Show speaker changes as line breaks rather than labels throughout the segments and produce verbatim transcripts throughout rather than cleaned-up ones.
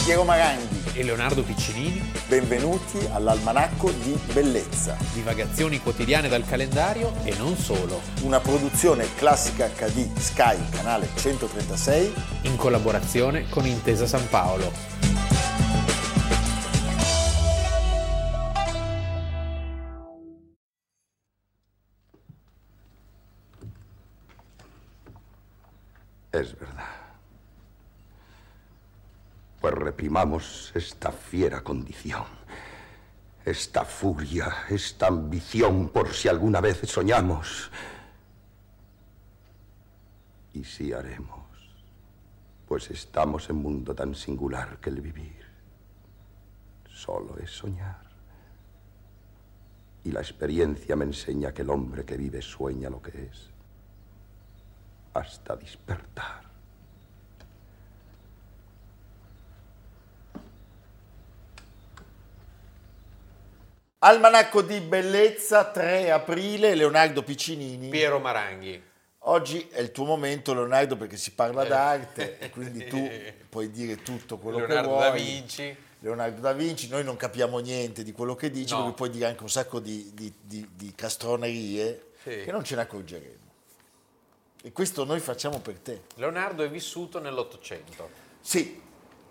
Piero Maranghi
e Leonardo Piccinini.
Benvenuti all'Almanacco di Bellezza.
Divagazioni quotidiane dal calendario e non solo.
Una produzione Classica acca di Sky, canale centotrentasei.
In collaborazione con Intesa San Paolo.
Es verdad. Pues reprimamos esta fiera condición, esta furia, esta ambición por si alguna vez soñamos. Y sí haremos, pues estamos en un mundo tan singular que el vivir solo es soñar. Y la experiencia me enseña que el hombre que vive sueña lo que es, hasta despertar.
Almanacco di Bellezza, tre aprile, Leonardo Piccinini.
Piero Maranghi.
Oggi è il tuo momento, Leonardo, perché si parla d'arte e quindi tu puoi dire tutto quello
Leonardo
che vuoi.
da Vinci.
Leonardo da Vinci, noi non capiamo niente di quello che dici,
No.
perché puoi dire anche un sacco di, di, di, di castronerie
Sì.
che non ce ne accorgeremo. E questo noi facciamo per te.
Leonardo è vissuto nell'Ottocento.
Sì,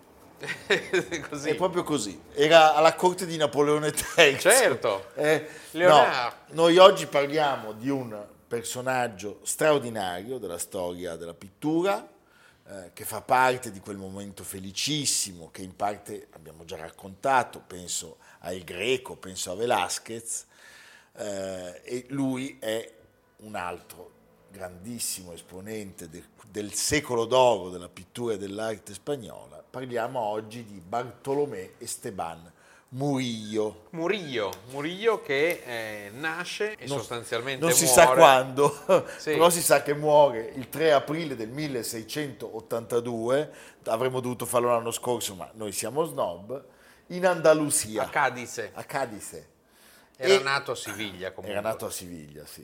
Così.
è proprio così. Era alla corte di Napoleone terzo.
Certo.
Eh,
Leonardo.
no, noi oggi parliamo di un personaggio straordinario della storia della pittura, eh, che fa parte di quel momento felicissimo che in parte abbiamo già raccontato, penso a El Greco, penso a Velázquez, eh, e lui è un altro grandissimo esponente de, del secolo d'oro della pittura e dell'arte spagnola. Parliamo oggi di Bartolomé Esteban Murillo.
Murillo, Murillo che eh, nasce e
Non-
sostanzialmente
non si
muore.
sa quando,
Sì.
però si sa che muore il tre aprile del milleseicentottantadue, avremmo dovuto farlo l'anno scorso, ma noi siamo snob, in Andalusia,
A Cadice.
a Cadice.
Era
E-
nato a Siviglia comunque.
Era nato a Siviglia, sì.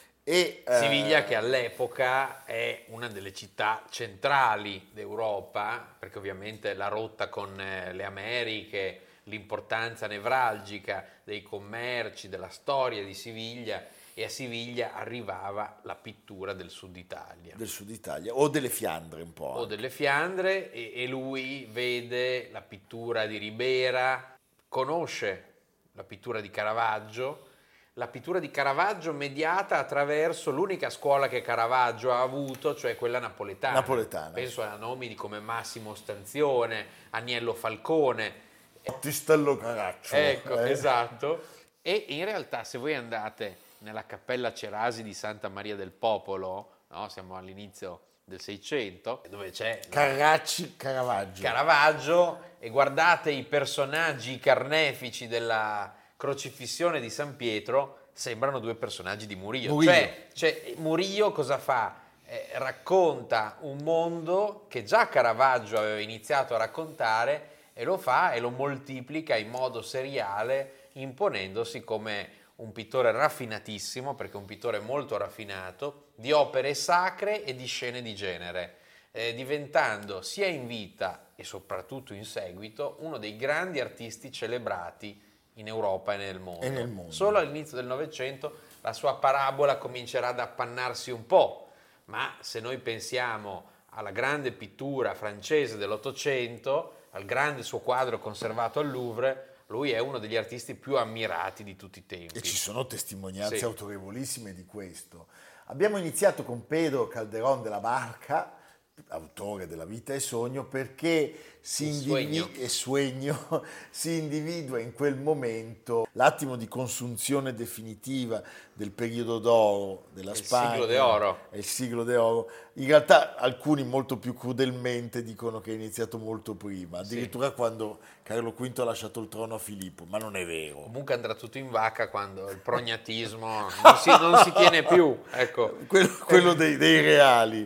E, eh,
Siviglia che all'epoca è una delle città centrali d'Europa, perché ovviamente la rotta con eh, le Americhe, l'importanza nevralgica dei commerci, della storia di Siviglia, e a Siviglia arrivava la pittura del Sud Italia.
del Sud Italia, o delle Fiandre un po'.
o
anche.
delle Fiandre, e, e lui vede la pittura di Ribera, conosce la pittura di Caravaggio, la pittura di Caravaggio mediata attraverso l'unica scuola che Caravaggio ha avuto, cioè quella napoletana.
Napoletana.
Penso a nomi di come Massimo Stanzione, Agnello Falcone.
Battistello Caracciolo.
Ecco,
eh.
esatto. E in realtà se voi andate nella Cappella Cerasi di Santa Maria del Popolo, no? Siamo all'inizio del Seicento, dove c'è
Carracci, Caravaggio.
Caravaggio, e guardate i personaggi i carnefici della crocifissione di San Pietro, sembrano due personaggi di Murillo.
Murillo.
Cioè, cioè Murillo cosa fa? Eh, racconta un mondo che già Caravaggio aveva iniziato a raccontare, e lo fa e lo moltiplica in modo seriale, imponendosi come un pittore raffinatissimo, perché è un pittore molto raffinato, di opere sacre e di scene di genere, eh, diventando sia in vita e soprattutto in seguito uno dei grandi artisti celebrati in Europa e nel mondo.
E nel mondo.
Solo all'inizio del Novecento la sua parabola comincerà ad appannarsi un po', ma se noi pensiamo alla grande pittura francese dell'Ottocento, al grande suo quadro conservato al Louvre, lui è uno degli artisti più ammirati di tutti i tempi.
E ci sono testimonianze
Sì.
autorevolissime di questo. Abbiamo iniziato con Pedro Calderón de la Barca, autore della Vita e Sogno, perché si,
Il
indivi-
sueño.
e sueño, si individua in quel momento l'attimo di consunzione definitiva del periodo d'oro della
Il
Spagna.
siglo d'oro.
È il siglo d'oro. In realtà alcuni molto più crudelmente dicono che è iniziato molto prima, addirittura quando Carlo V ha lasciato il trono a Filippo, ma non è vero.
Comunque andrà tutto in vacca quando il prognatismo non si, non si tiene più, ecco.
Quello, quello dei, dei reali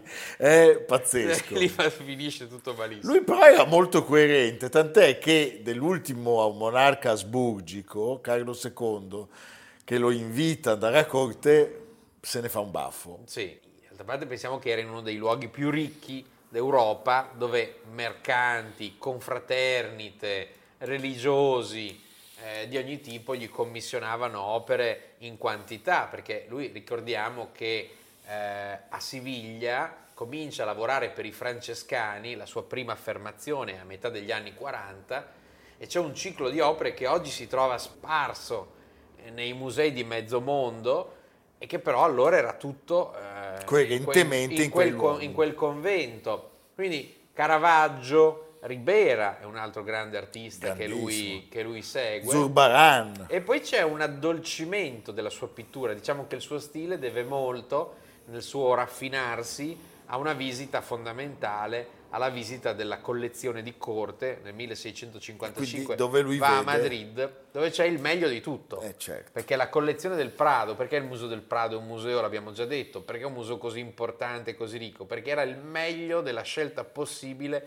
è pazzesco.
Lì finisce tutto malissimo.
Lui però era molto coerente, tant'è che dell'ultimo monarca asburgico, Carlo secondo, che lo invita ad andare a corte, se ne fa un baffo.
Sì, d'altra parte pensiamo che era in uno dei luoghi più ricchi d'Europa, dove mercanti, confraternite, religiosi eh, di ogni tipo gli commissionavano opere in quantità, perché lui, ricordiamo che eh, a Siviglia comincia a lavorare per i francescani, la sua prima affermazione a metà degli anni quaranta, e c'è un ciclo di opere che oggi si trova sparso eh, nei musei di mezzo mondo, e che però allora era tutto eh,
coerentemente
in quel, in, quel, in quel convento. Quindi Caravaggio, Ribera è un altro grande artista che lui, che lui segue.
Zurbarán.
E poi c'è un addolcimento della sua pittura, diciamo che il suo stile deve molto, nel suo raffinarsi, a una visita fondamentale, alla visita della collezione di corte nel milleseicentocinquantacinque,
dove lui
va
vede...
a Madrid, dove c'è il meglio di tutto,
eh, certo.
perché la collezione del Prado, perché il Museo del Prado è un museo, l'abbiamo già detto, perché è un museo così importante e così ricco, perché era il meglio della scelta possibile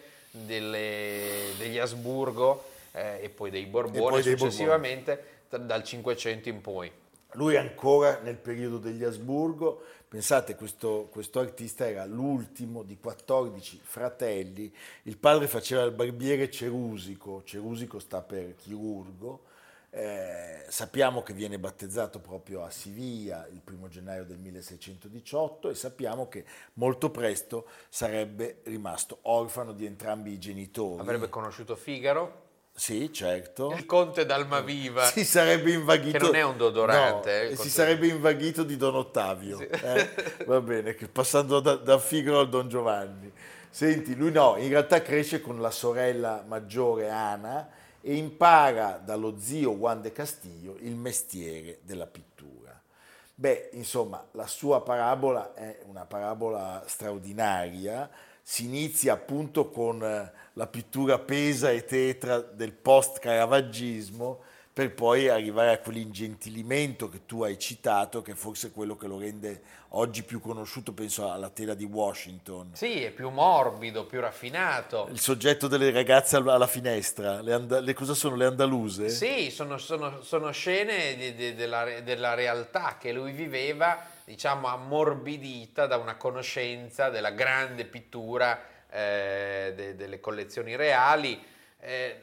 delle, degli Asburgo eh, e poi dei Borbone, e poi dei successivamente Borbone. Dal Cinquecento in poi.
Lui ancora nel periodo degli Asburgo, pensate, questo, questo artista era l'ultimo di quattordici fratelli, il padre faceva il barbiere cerusico, cerusico sta per chirurgo, eh, sappiamo che viene battezzato proprio a Siviglia il primo gennaio del milleseicentodiciotto, e sappiamo che molto presto sarebbe rimasto orfano di entrambi i genitori.
Avrebbe conosciuto Figaro.
Sì, certo.
Il conte d'Almaviva.
Si sarebbe invaghito.
Che non è un deodorante.
No,
eh,
si
conte...
sarebbe invaghito di Don Ottavio. Sì. Eh? Va bene, che passando da, da Figaro al Don Giovanni. Senti, lui no, in realtà cresce con la sorella maggiore Ana e impara dallo zio Juan de Castillo il mestiere della pittura. Beh, insomma, la sua parabola è una parabola straordinaria. Si inizia appunto con la pittura pesa e tetra del post-caravaggismo, per poi arrivare a quell'ingentilimento che tu hai citato, che è forse quello che lo rende oggi più conosciuto, penso alla tela di Washington.
Sì, è più morbido, più raffinato.
Il soggetto delle ragazze alla finestra, le, and- le cosa sono, le andaluse?
Sì, sono, sono, sono scene di, di, della, della realtà che lui viveva, diciamo ammorbidita da una conoscenza della grande pittura eh, de, delle collezioni reali. Eh,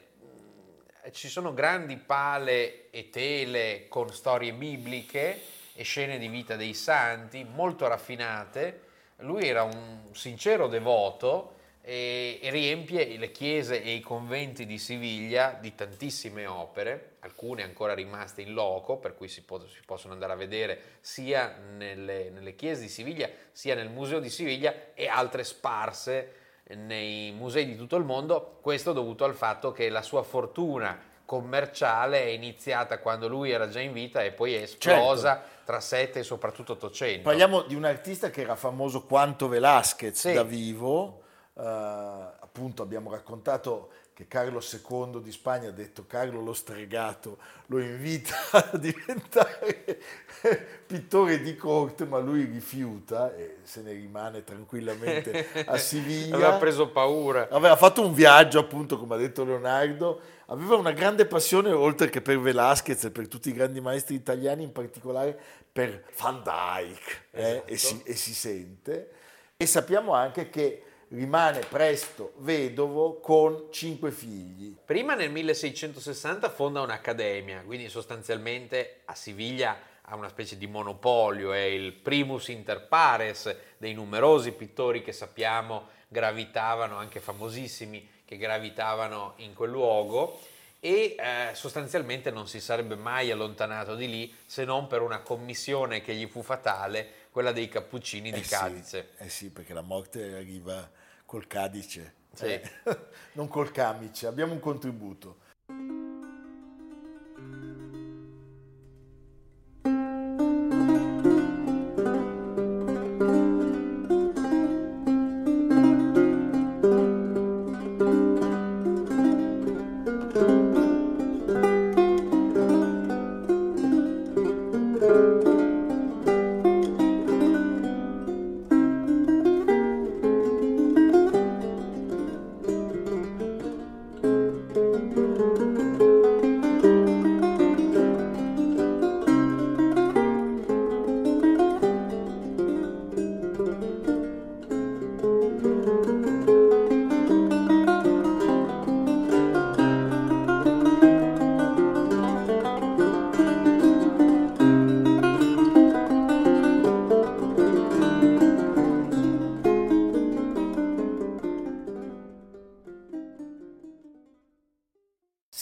ci sono grandi pale e tele con storie bibliche e scene di vita dei santi molto raffinate. Lui era un sincero devoto e, e riempie le chiese e i conventi di Siviglia di tantissime opere, alcune ancora rimaste in loco, per cui si, può, si possono andare a vedere sia nelle, nelle chiese di Siviglia sia nel museo di Siviglia, e altre sparse nei musei di tutto il mondo. Questo dovuto al fatto che la sua fortuna commerciale è iniziata quando lui era già in vita e poi è esplosa, certo, tra sette e soprattutto ottocento.
Parliamo di un artista che era famoso quanto Velázquez, sì, da vivo. Uh, appunto abbiamo raccontato che Carlo secondo di Spagna, ha detto Carlo lo stregato, lo invita a diventare pittore di corte, ma lui rifiuta e se ne rimane tranquillamente a Siviglia.
Aveva preso paura.
Aveva fatto un viaggio, appunto, come ha detto Leonardo. Aveva una grande passione, oltre che per Velázquez e per tutti i grandi maestri italiani, in particolare per Van Dyck, eh, esatto. e, si, e si sente. E sappiamo anche che rimane presto vedovo con cinque figli.
Prima nel milleseicentosessanta fonda un'accademia, quindi sostanzialmente a Siviglia ha una specie di monopolio, è il primus inter pares dei numerosi pittori che sappiamo gravitavano, anche famosissimi, che gravitavano in quel luogo, e eh, sostanzialmente non si sarebbe mai allontanato di lì se non per una commissione che gli fu fatale, quella dei Cappuccini di
eh
Cadice.
Sì, eh sì, perché la morte arriva col cadice,
sì.
eh, non col camice. Abbiamo un contributo.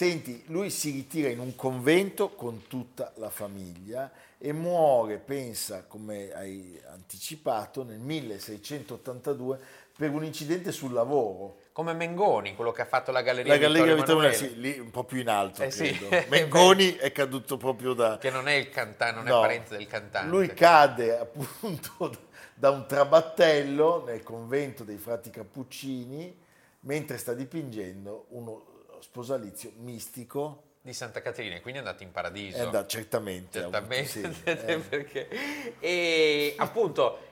Senti, lui si ritira in un convento con tutta la famiglia e muore, pensa, come hai anticipato, nel milleseicentottantadue per un incidente sul lavoro.
Come Mengoni, quello che ha fatto la Galleria
La Galleria
Vittorio
Vittorio
Emanuele.
Emanuele, sì, lì un po' più in alto,
Eh
credo.
sì.
Mengoni è caduto proprio da...
Che non è il cantante, non
No.
è parente del cantante.
Lui cade appunto da un trabattello nel convento dei frati Cappuccini mentre sta dipingendo uno sposalizio mistico.
Di Santa Caterina, e quindi è andato in paradiso.
È andato, certamente.
Certamente,
Sì,
eh.
eh.
Perché... E appunto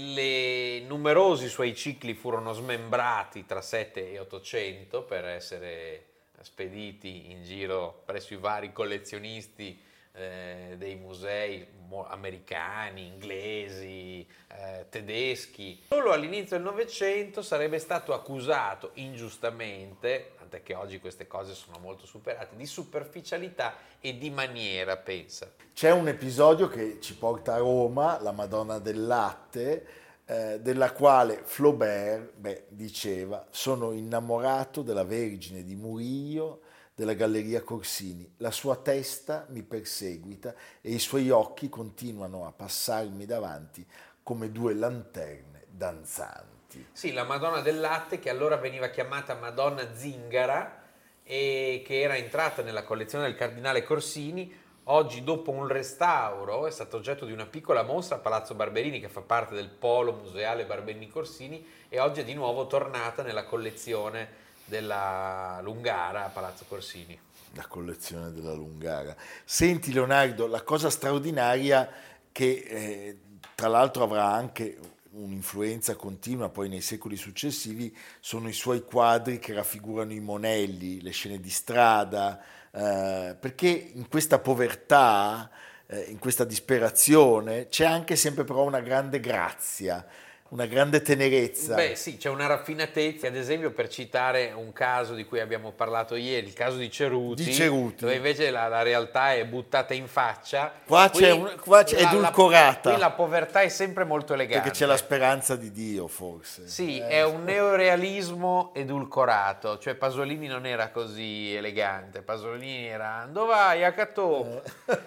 le numerosi suoi cicli furono smembrati tra sette e ottocento per essere spediti in giro presso i vari collezionisti eh, dei musei americani, inglesi, eh, tedeschi. Solo all'inizio del Novecento sarebbe stato accusato ingiustamente, tant'è che oggi queste cose sono molto superate, di superficialità e di maniera, pensa.
C'è un episodio che ci porta a Roma, la Madonna del Latte, eh, della quale Flaubert beh, diceva: sono innamorato della Vergine di Murillo della Galleria Corsini, la sua testa mi perseguita e i suoi occhi continuano a passarmi davanti come due lanterne danzanti.
Sì, la Madonna del Latte, che allora veniva chiamata Madonna Zingara e che era entrata nella collezione del cardinale Corsini, oggi dopo un restauro è stato oggetto di una piccola mostra a Palazzo Barberini, che fa parte del polo museale Barberini Corsini, e oggi è di nuovo tornata nella collezione della Lungara a Palazzo Corsini.
La collezione della Lungara. Senti Leonardo, la cosa straordinaria che eh, tra l'altro avrà anche un'influenza continua poi nei secoli successivi sono i suoi quadri che raffigurano i monelli, le scene di strada, eh, perché in questa povertà, eh, in questa disperazione c'è anche sempre però una grande grazia, una grande tenerezza.
Beh sì, c'è una raffinatezza, ad esempio per citare un caso di cui abbiamo parlato ieri, il caso di Ceruti,
di Ceruti.
dove invece la, la realtà è buttata in faccia.
Qua
qui,
c'è, un, qua c'è
la,
edulcorata.
La, qui la povertà è sempre molto elegante.
Perché c'è la speranza di Dio, forse.
Sì,
eh.
è un neorealismo edulcorato, cioè Pasolini non era così elegante, Pasolini era dove vai a Catò?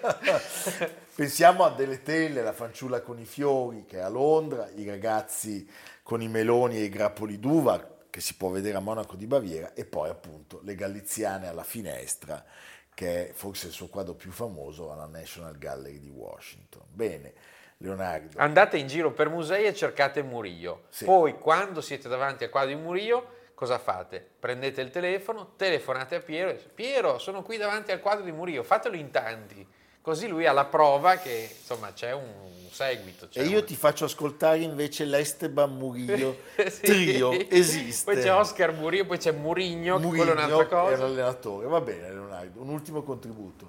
Eh. Pensiamo a Delle Telle, la fanciulla con i fiori che è a Londra, i ragazzi con i meloni e i grappoli d'uva che si può vedere a Monaco di Baviera, e poi appunto Le Galliziane alla finestra, che è forse il suo quadro più famoso alla National Gallery di Washington. Bene, Leonardo.
Andate in giro per musei e cercate Murillo.
Sì.
Poi quando siete davanti al quadro di Murillo, cosa fate? Prendete il telefono, telefonate a Piero e dite: Piero, sono qui davanti al quadro di Murillo, fatelo in tanti. Così lui ha la prova che insomma c'è un seguito. C'è
e io
un...
ti faccio ascoltare invece l'Esteban Murillo
sì.
Trio, esiste.
Poi c'è Oscar Murillo, poi c'è Murigno, che quello è un'altra
Mourinho
cosa.
è l'allenatore. Va bene Leonardo, un ultimo contributo.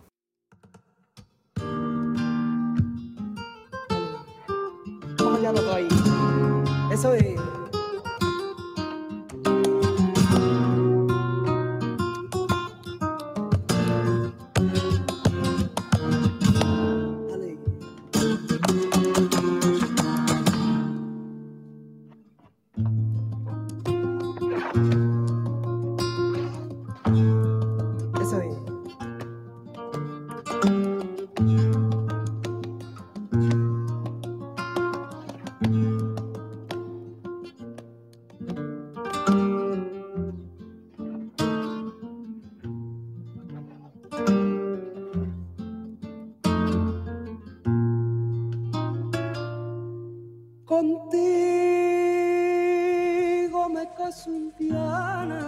¿Cómo ya lo doy? Eso es. Eso es. Contigo me caso, Indiana.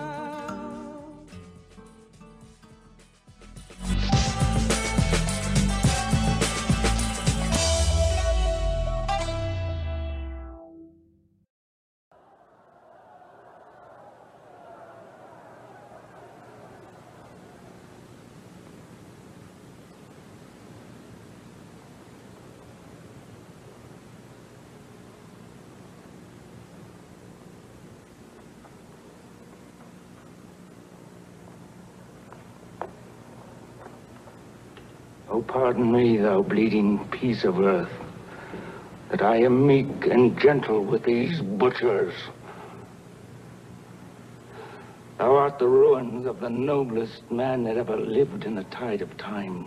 Oh, pardon me, thou bleeding piece of earth, that I am meek and gentle with these butchers. Thou art apart the ruins of the noblest man that ever lived in the tide of times.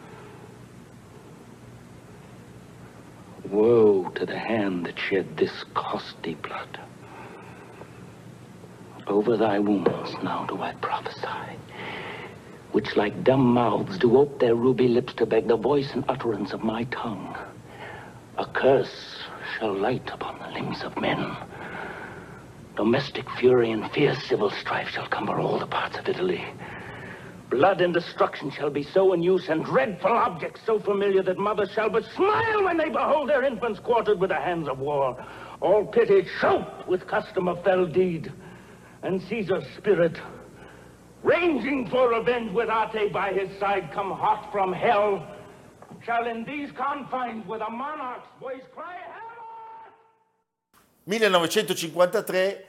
Woe to the hand that shed this costly blood. Over thy wounds now do I prophesy, which like dumb mouths do ope their ruby lips to beg the voice and utterance of my tongue. A curse shall light upon the limbs of men. Domestic fury and fierce civil strife shall cumber all the parts of Italy. Blood and destruction shall be so in use, and dreadful objects so familiar that mothers shall but smile when they behold their infants quartered with the hands of war. All pity choke with custom of fell deed, and Caesar's spirit, ranging for revenge with Ate by his side, come hot from hell, shall in these confines with a monarch's voice cry hell!
millenovecentocinquantatré,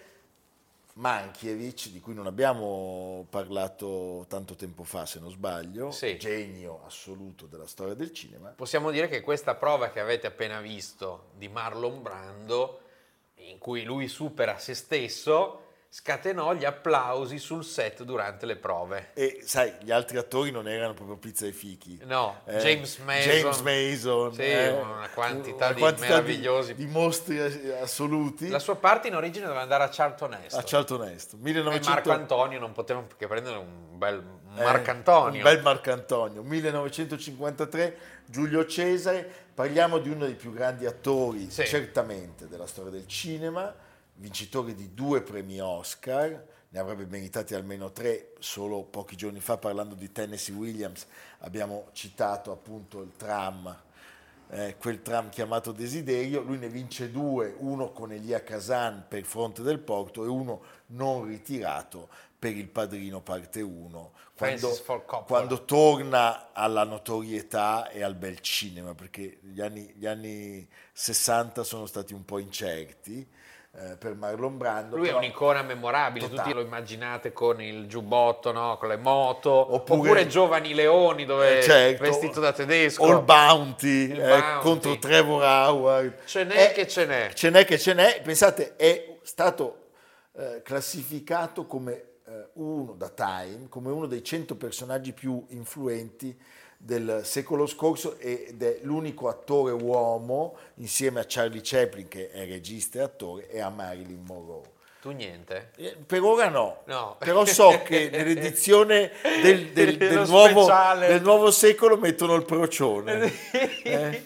Mankiewicz, di cui non abbiamo parlato tanto tempo fa, se non sbaglio,
sì.
Genio assoluto della storia del cinema.
Possiamo dire che questa prova che avete appena visto di Marlon Brando, in cui lui supera se stesso, scatenò gli applausi sul set durante le prove.
E sai, gli altri attori non erano proprio pizza e fichi.
No,
eh,
James Mason.
James Mason.
Sì,
eh,
una quantità
una
di
quantità
meravigliosi.
Di, di mostri assoluti.
La sua parte in origine doveva andare a Charlton Heston.
A Charlton Heston.
millenovecento... E Marco Antonio non potevamo che prendere un bel
eh,
Marcantonio.
Un bel Marcantonio. millenovecentocinquantatré, Giulio Cesare. Parliamo di uno dei più grandi attori,
sì.
certamente, della storia del cinema, vincitore di due premi Oscar. Ne avrebbe meritati almeno tre. Solo pochi giorni fa, parlando di Tennessee Williams, abbiamo citato appunto il tram, eh, quel tram chiamato Desiderio. Lui ne vince due, uno con Elia Kazan per Fronte del Porto e uno non ritirato per Il Padrino parte uno, quando, quando torna alla notorietà e al bel cinema, perché gli anni, gli anni sessanta sono stati un po' incerti Eh, per Marlon Brando.
Lui
però,
è un'icona memorabile,
totale.
Tutti lo immaginate con il giubbotto, no? Con le moto, oppure,
oppure
Giovani Leoni, dove
eh, certo,
vestito da tedesco,
All Bounty,
il
eh,
Bounty.
contro Trevor Howard.
Ce n'è
eh,
che ce n'è.
Ce n'è che ce n'è. Pensate, è stato eh, classificato come eh, uno da Time, come uno dei cento personaggi più influenti del secolo scorso, ed è l'unico attore uomo, insieme a Charlie Chaplin, che è regista e attore, e a Marilyn Monroe.
Tu niente?
Eh, Per ora no,
No.
Però so che nell'edizione del, del, del, nuovo, del nuovo secolo mettono il procione. Eh?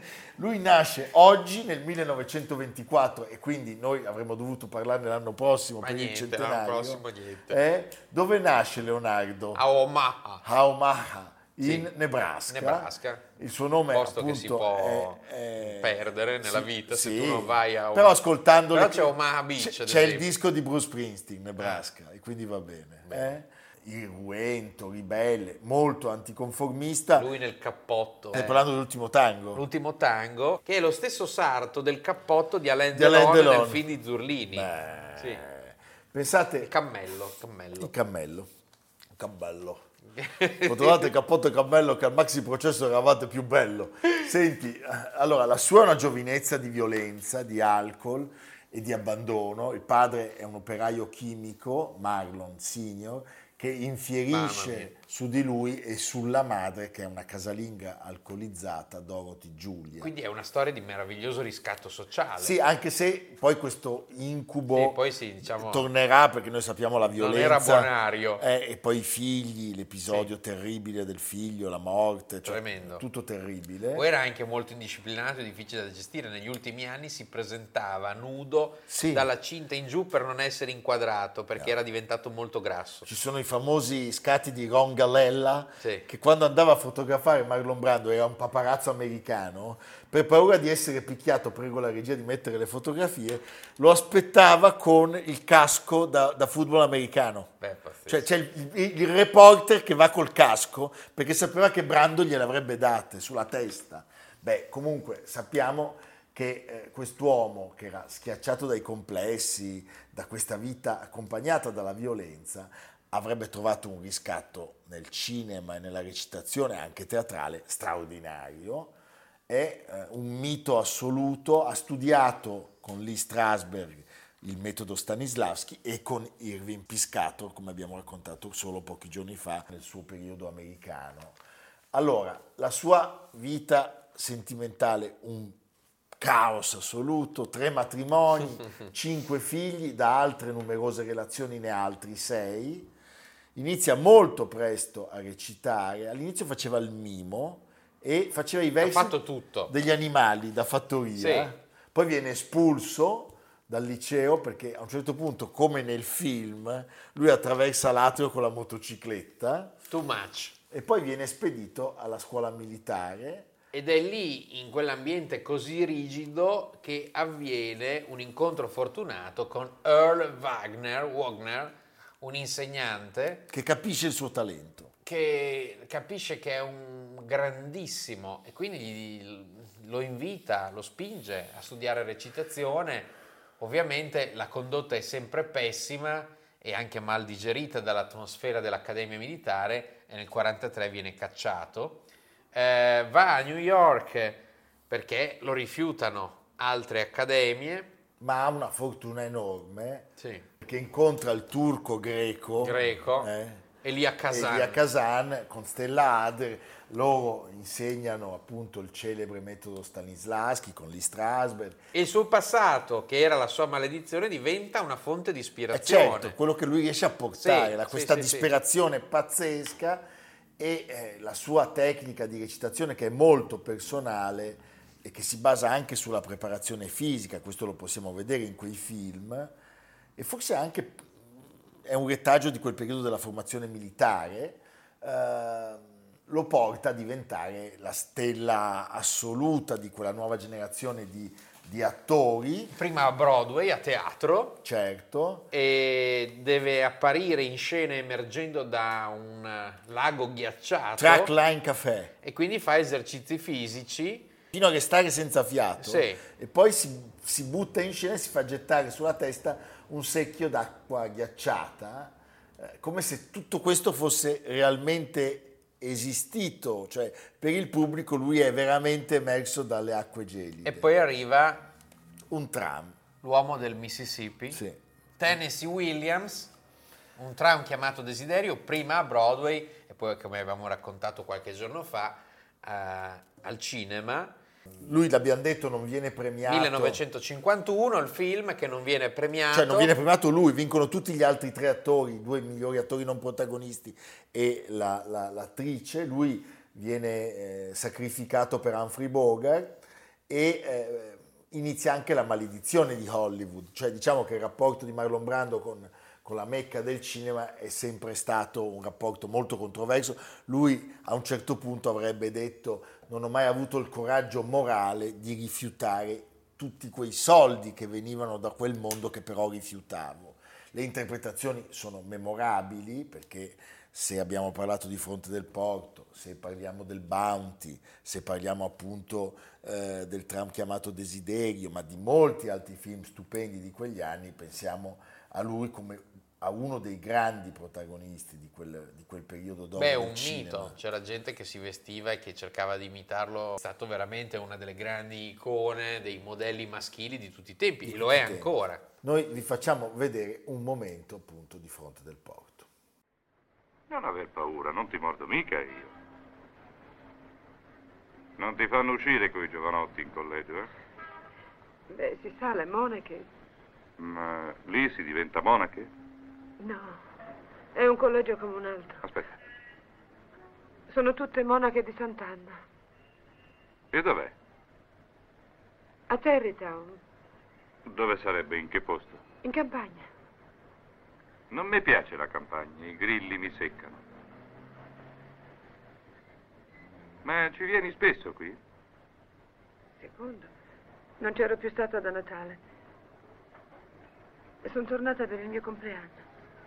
Lui nasce oggi nel millenovecentoventiquattro, e quindi noi avremmo dovuto parlarne l'anno prossimo.
Ma
per
niente,
il centenario.
l'anno prossimo niente.
Eh? Dove nasce Leonardo?
A Omaha.
A Omaha, in
Sì,
Nebraska.
Nebraska.
Il suo nome
Posto
appunto
che si può
è, è-
perdere nella
sì,
vita se
sì.
tu non vai a
Però ascoltando
Però
le-
c'è Omaha Beach,
c'è,
ad
c'è il
esempio.
disco di Bruce Springsteen, Nebraska, e quindi va bene. eh? Irruento, ribelle, molto anticonformista.
Lui nel cappotto.
Stai
eh.
parlando dell'ultimo tango?
L'ultimo tango, che è lo stesso sarto del cappotto di Alain
Di Alain
Delon nel
Delon.
film di Zurlini.
Beh,
Sì.
Pensate,
Il cammello, cammello.
il cammello. Cammello. Ho trovato il cappotto e cammello che al maxi processo eravate più bello. Senti, allora, la sua è una giovinezza di violenza, di alcol e di abbandono. Il padre è un operaio chimico, Marlon Senior, che
Mamma mia.
infierisce su di lui e sulla madre, che è una casalinga alcolizzata, Dorothy Giulia.
Quindi è una storia di meraviglioso riscatto sociale.
Sì, anche se poi questo incubo
Sì, poi sì, diciamo,
tornerà, perché noi sappiamo la violenza.
non era bonario.
Eh, e poi i figli, l'episodio
Sì.
terribile del figlio, la morte, cioè,
Tremendo.
tutto terribile.
Poi era anche molto indisciplinato e difficile da gestire. Negli ultimi anni si presentava nudo
Sì.
dalla cinta in giù per non essere inquadrato, perché era diventato molto grasso.
Ci sono i famosi scatti di Ron Galella,
Sì.
che quando andava a fotografare Marlon Brando, era un paparazzo americano, per paura di essere picchiato, prego la regia di mettere le fotografie, lo aspettava con il casco da, da football americano.
Beh, pazzesco.
Cioè c'è il, il- il reporter che va col casco perché sapeva che Brando gliele avrebbe date sulla testa. Beh, comunque sappiamo che eh, quest'uomo, che era schiacciato dai complessi, da questa vita accompagnata dalla violenza, avrebbe trovato un riscatto nel cinema e nella recitazione, anche teatrale, straordinario. È eh, un mito assoluto. Ha studiato con Lee Strasberg il metodo Stanislavski e con Irving Piscator, come abbiamo raccontato solo pochi giorni fa nel suo periodo americano. Allora, la sua vita sentimentale, un caos assoluto, tre matrimoni, cinque figli, da altre numerose relazioni ne ha altri sei. Inizia molto presto a recitare, all'inizio faceva il mimo e faceva i versi
ha fatto tutto.
Degli animali da fattoria,
Sì.
Poi viene espulso dal liceo perché a un certo punto, come nel film, lui attraversa l'atrio con la motocicletta.
Too much.
E poi viene spedito alla scuola militare.
Ed è lì, in quell'ambiente così rigido, che avviene un incontro fortunato con Earl Wagner, Wagner, un insegnante
Che capisce il suo talento.
che capisce che è un grandissimo e quindi gli, lo invita, lo spinge a studiare recitazione. Ovviamente la condotta è sempre pessima e anche mal digerita dall'atmosfera dell'Accademia Militare e nel quarantatré viene cacciato. Eh, va a New York perché lo rifiutano altre accademie.
Ma ha una fortuna enorme,
Sì.
che incontra il turco greco,
Greco.
eh,
Elia Kazan.
Elia Kazan con Stella Adler. Loro insegnano appunto il celebre metodo Stanislavski con Lee Strasberg.
E il suo passato, che era la sua maledizione, diventa una fonte di
E
ispirazione.
certo, quello che lui riesce a portare,
Sì,
la-
sì,
questa
sì, sì.
disperazione pazzesca e eh, la sua tecnica di recitazione che è molto personale e che si basa anche sulla preparazione fisica, questo lo possiamo vedere in quei film, e forse anche è un retaggio di quel periodo della formazione militare, eh, lo porta a diventare la stella assoluta di quella nuova generazione di, di attori,
Prima a Broadway, a teatro,
certo,
e deve apparire in scena emergendo da un lago ghiacciato
Trackline Café,
e quindi fa esercizi fisici.
fino a restare senza fiato,
Sì.
e poi si, si butta in scena e si fa gettare sulla testa un secchio d'acqua ghiacciata, eh, come se tutto questo fosse realmente esistito, cioè per il pubblico lui è veramente emerso dalle acque gelide.
E poi arriva
Un tram,
l'uomo del Mississippi,
sì.
Tennessee Williams, un tram chiamato Desiderio, prima a Broadway e poi, come avevamo raccontato qualche giorno fa, eh, al cinema.
Lui, l'abbiamo detto, non viene premiato.
millenovecentocinquantuno, il film che non viene premiato.
Cioè non viene premiato lui, vincono tutti gli altri tre attori, i due migliori attori non protagonisti e la- la- l'attrice. Lui viene eh, sacrificato per Humphrey Bogart e eh, inizia anche la maledizione di Hollywood. Cioè diciamo che il rapporto di Marlon Brando con, con la Mecca del cinema è sempre stato un rapporto molto controverso. Lui a un certo punto avrebbe detto: non ho mai avuto il coraggio morale di rifiutare tutti quei soldi che venivano da quel mondo che però rifiutavo. Le interpretazioni sono memorabili perché se abbiamo parlato di Fronte del Porto, se parliamo del Bounty, se parliamo appunto eh, del tram chiamato Desiderio, ma di molti altri film stupendi di quegli anni, pensiamo a lui come a uno dei grandi protagonisti di quel, di quel periodo d'oro
Beh,
del
un
cinema.
mito, c'era gente che si vestiva e che cercava di imitarlo, è stato veramente una delle grandi icone dei modelli maschili di tutti i tempi,
Di
e lo
tutti
è
i tempi.
ancora.
Noi vi facciamo vedere un momento appunto di Fronte del Porto.
Non aver paura, non ti mordo mica io. Non ti fanno uscire coi giovanotti in collegio, eh?
Beh, si sa, le monache.
Ma lì si diventa monache?
No, è un collegio come un altro.
Aspetta,
Sono tutte monache di Sant'Anna.
e dov'è?
A Terrytown,
Dove sarebbe? In che posto?
in campagna.
Non mi piace la campagna, i grilli mi seccano. Ma ci vieni spesso qui?
Secondo, non c'ero più stata da Natale. E sono tornata per il mio compleanno.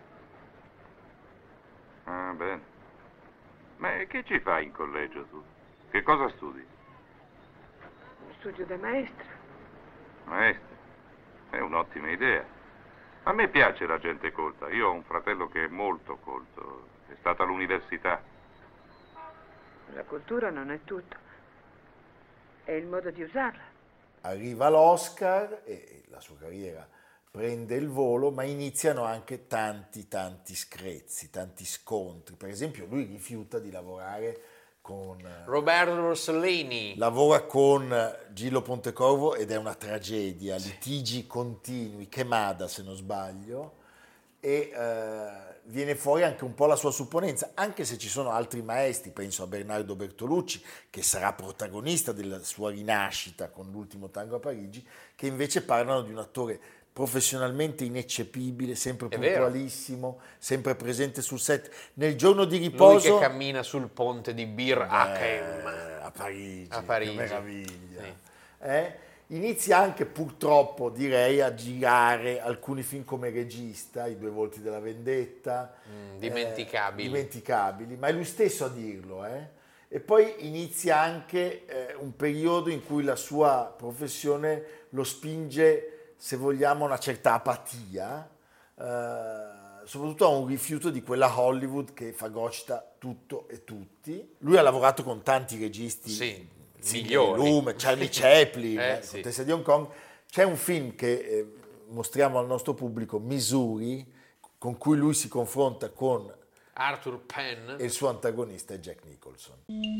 Ah, bene. Ma che ci fai in collegio tu? Che cosa studi?
Studio da maestra.
Maestra, è un'ottima idea. A me piace la gente colta. Io ho un fratello che è molto colto. È stato all'università.
La cultura non è tutto. È il modo di usarla.
Arriva l'Oscar e la sua carriera prende il volo, ma iniziano anche tanti tanti screzi, tanti scontri. Per esempio lui rifiuta di lavorare con
Roberto Rossellini,
lavora con Gillo Pontecorvo ed è una tragedia, litigi continui, Chemada se non sbaglio, e eh, viene fuori anche un po' la sua supponenza, anche se ci sono altri maestri, penso a Bernardo Bertolucci, che sarà protagonista della sua rinascita con L'ultimo tango a Parigi, che invece parlano di un attore professionalmente ineccepibile, sempre
È
puntualissimo, sempre presente sul set. Nel giorno di riposo...
lui che cammina sul ponte di Bir Hakeim
eh, a Parigi,
a Parigi.
Che meraviglia.
Sì.
Eh? Inizia anche purtroppo, direi, a girare alcuni film come regista, I due volti della vendetta,
Mm, dimenticabili.
eh, dimenticabili, ma è lui stesso a dirlo. Eh? E poi inizia anche eh, un periodo in cui la sua professione lo spinge, se vogliamo, a una certa apatia, eh, soprattutto a un rifiuto di quella Hollywood che fagocita tutto e tutti. Lui ha lavorato con tanti registi,
Sì,
Sidney
migliori.
Lumet, Charlie Chaplin,
Eh,
eh,
sì.
Contessa di Hong Kong. C'è un film che eh, mostriamo al nostro pubblico, Missouri, con cui lui si confronta con
Arthur Penn.
e il suo antagonista è Jack Nicholson.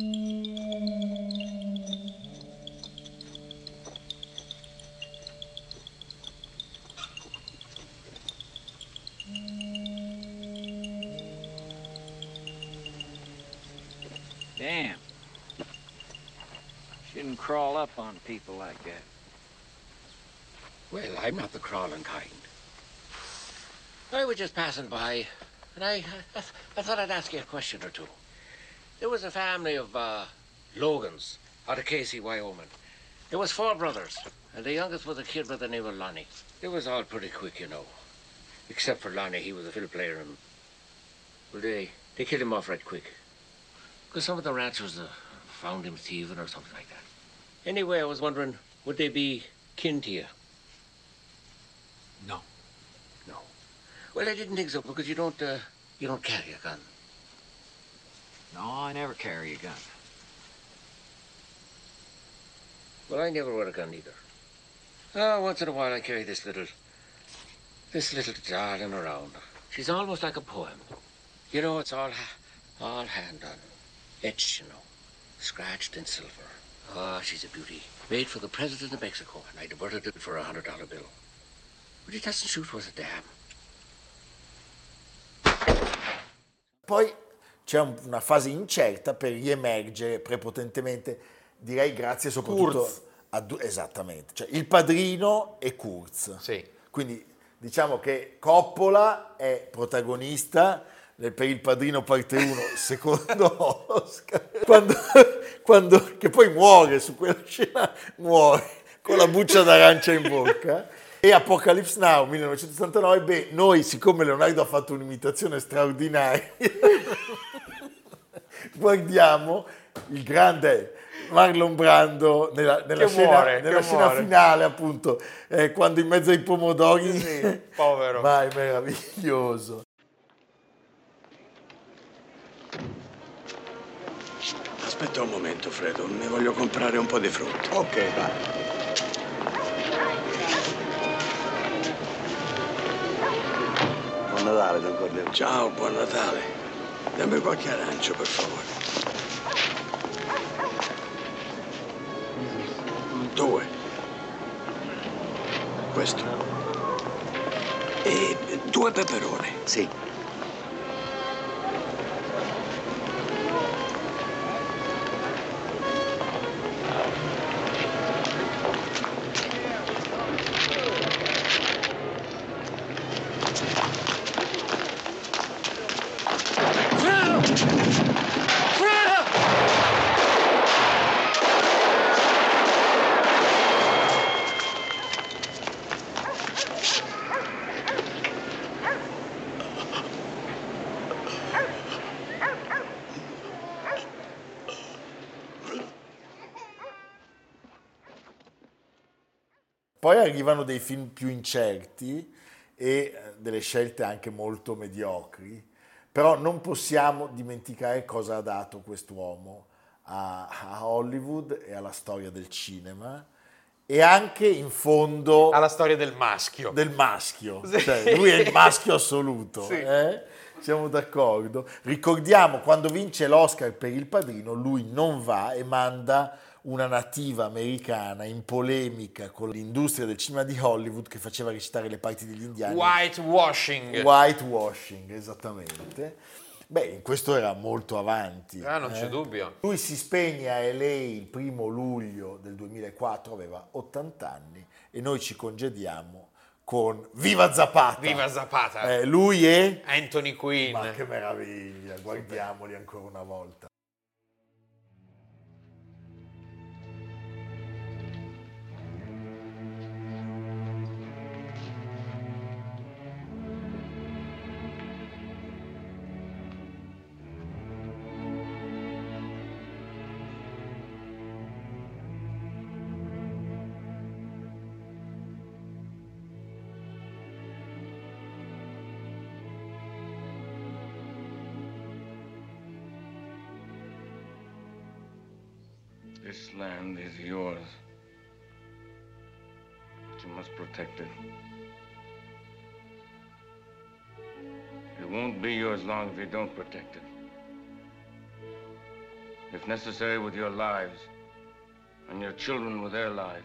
Damn. Shouldn't crawl up on people like that.
Well, I'm not the crawling kind. I was just passing by, and I, I, I thought I'd ask you a question or two. There was a family of uh, Logans out of Casey, Wyoming. There was four brothers, and the youngest was a kid by the name of Lonnie. It was all pretty quick, you know. Except for Lonnie, he was a fiddle player, and well, they they killed him off right quick. Because some of the ranchers uh, found him thieving or something like that. Anyway, I was wondering, would they be kin to you?
No.
No. Well, I didn't think so, because you don't, uh, you don't carry a gun.
No, I never carry a gun.
Well, I never wear a gun either. Oh, once in a while I carry this little, this little darling around. She's almost like a poem. You know, it's all, ha- all hand done. Etched, you know. Scratched in silver. Ah, she's a beauty. Made for the President of Mexico, and I devoted it for a hundred dollar bill. But it doesn't shoot worth a damn.
Poi c'è un- una fase incerta per riemergere prepotentemente, direi grazie soprattutto
Kurz.
a due, esattamente, cioè Il Padrino e Kurz.
Sì.
Quindi diciamo che Coppola è protagonista del- per Il Padrino parte uno, secondo Oscar, quando, quando- che poi muore su quella scena, muore con la buccia d'arancia in bocca. E Apocalypse Now millenovecentosettantanove, beh, noi siccome Leonardo ha fatto un'imitazione straordinaria, guardiamo il grande Marlon Brando nella, nella
Che
scena,
muore,
nella
che
scena
muore.
finale, appunto, eh, quando in mezzo ai pomodori...
Sì, povero.
Ma è meraviglioso.
Aspetta un momento, Fredo, mi voglio comprare un po' di frutta.
Ok, va. Buon Natale, Don Corleone.
Ciao, buon Natale. Dammi qualche arancio, per favore. Due. Questo. E due peperoni.
Sì.
Poi arrivano dei film più incerti e eh, delle scelte anche molto mediocri, però non possiamo dimenticare cosa ha dato quest'uomo a, a Hollywood e alla storia del cinema, e anche in fondo
alla storia del maschio.
Del maschio,
Sì.
cioè, lui è il maschio assoluto,
Sì.
eh? Siamo d'accordo. Ricordiamo, quando vince l'Oscar per Il Padrino, lui non va e manda una nativa americana in polemica con l'industria del cinema di Hollywood che faceva recitare le parti degli indiani.
Whitewashing.
Whitewashing, esattamente. Beh, in questo era molto avanti.
Ah, non
eh?
c'è dubbio.
Lui si spegne a L A il primo luglio del duemilaquattro, aveva ottanta anni, e noi ci congediamo con Viva Zapata!
Viva Zapata!
Eh, lui è
Anthony Quinn.
Ma che meraviglia, guardiamoli ancora una volta.
This land is yours, but you must protect it. It won't be yours long if you don't protect it. If necessary, with your lives, and your children with their lives.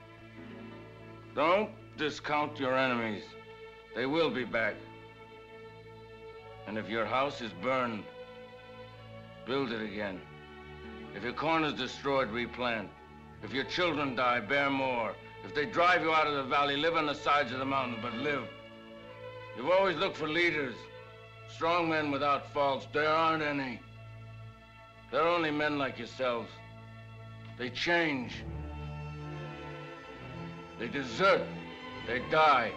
Don't discount your enemies. They will be back. And if your house is burned, build it again. If your corn is destroyed, replant. If your children die, bear more. If they drive you out of the valley, live on the sides of the mountain, but live. You've always looked for leaders, strong men without faults. There aren't any. They're only men like yourselves. They change. They desert. They die.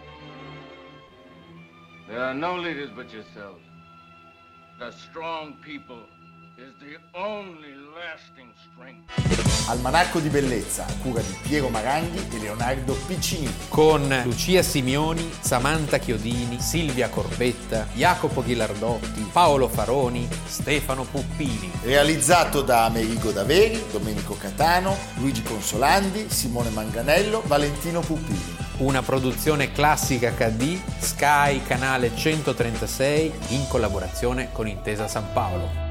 There are no leaders but yourselves. The strong people is the only lasting strength.
Almanacco di bellezza, a cura di Piero Maranghi e Leonardo Piccini.
Con Lucia Simioni, Samantha Chiodini, Silvia Corbetta, Jacopo Ghilardotti, Paolo Faroni, Stefano Puppini.
Realizzato da Amerigo Daveri, Domenico Catano, Luigi Consolandi, Simone Manganello, Valentino Puppini.
Una produzione Classica acca di, Sky, canale centotrentasei, in collaborazione con Intesa San Paolo.